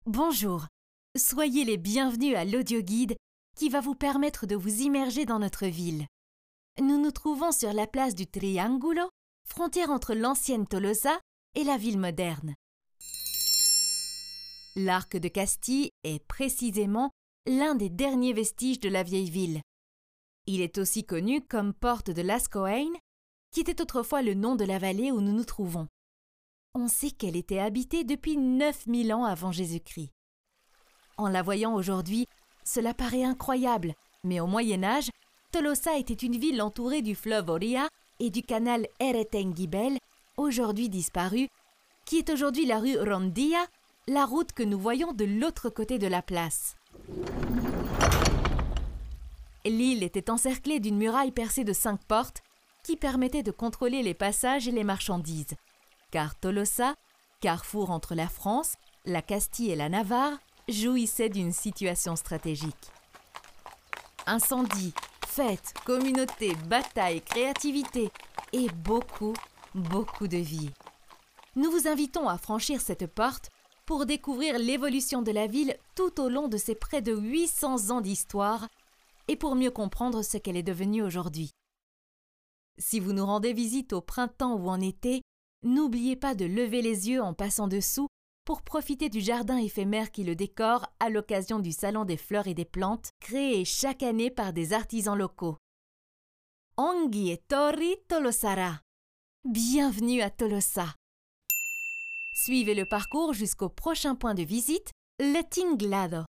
Bonjour, soyez les bienvenus à l'audioguide qui va vous permettre de vous immerger dans notre ville. Nous nous trouvons sur la place du Triangulo, frontière entre l'ancienne Tolosa et la ville moderne. L'Arc de Castille est précisément l'un des derniers vestiges de la vieille ville. Il est aussi connu comme Porte de Lascoain, qui était autrefois le nom de la vallée où nous nous trouvons. On sait qu'elle était habitée depuis 9000 ans avant Jésus-Christ. En la voyant aujourd'hui, cela paraît incroyable, mais au Moyen-Âge, Tolosa était une ville entourée du fleuve Oria et du canal Eretengibel, aujourd'hui disparu, qui est aujourd'hui la rue Rondia, la route que nous voyons de l'autre côté de la place. L'île était encerclée d'une muraille percée de 5 portes qui permettaient de contrôler les passages et les marchandises. Car Tolosa, carrefour entre la France, la Castille et la Navarre, jouissait d'une situation stratégique. Incendies, fêtes, communautés, batailles, créativité et beaucoup de vie. Nous vous invitons à franchir cette porte pour découvrir l'évolution de la ville tout au long de ses près de 800 ans d'histoire et pour mieux comprendre ce qu'elle est devenue aujourd'hui. Si vous nous rendez visite au printemps ou en été, n'oubliez pas de lever les yeux en passant dessous pour profiter du jardin éphémère qui le décore à l'occasion du Salon des fleurs et des plantes, créé chaque année par des artisans locaux. Ongi e Torri Tolosara. Bienvenue à Tolosa. Suivez le parcours jusqu'au prochain point de visite, le Tinglado.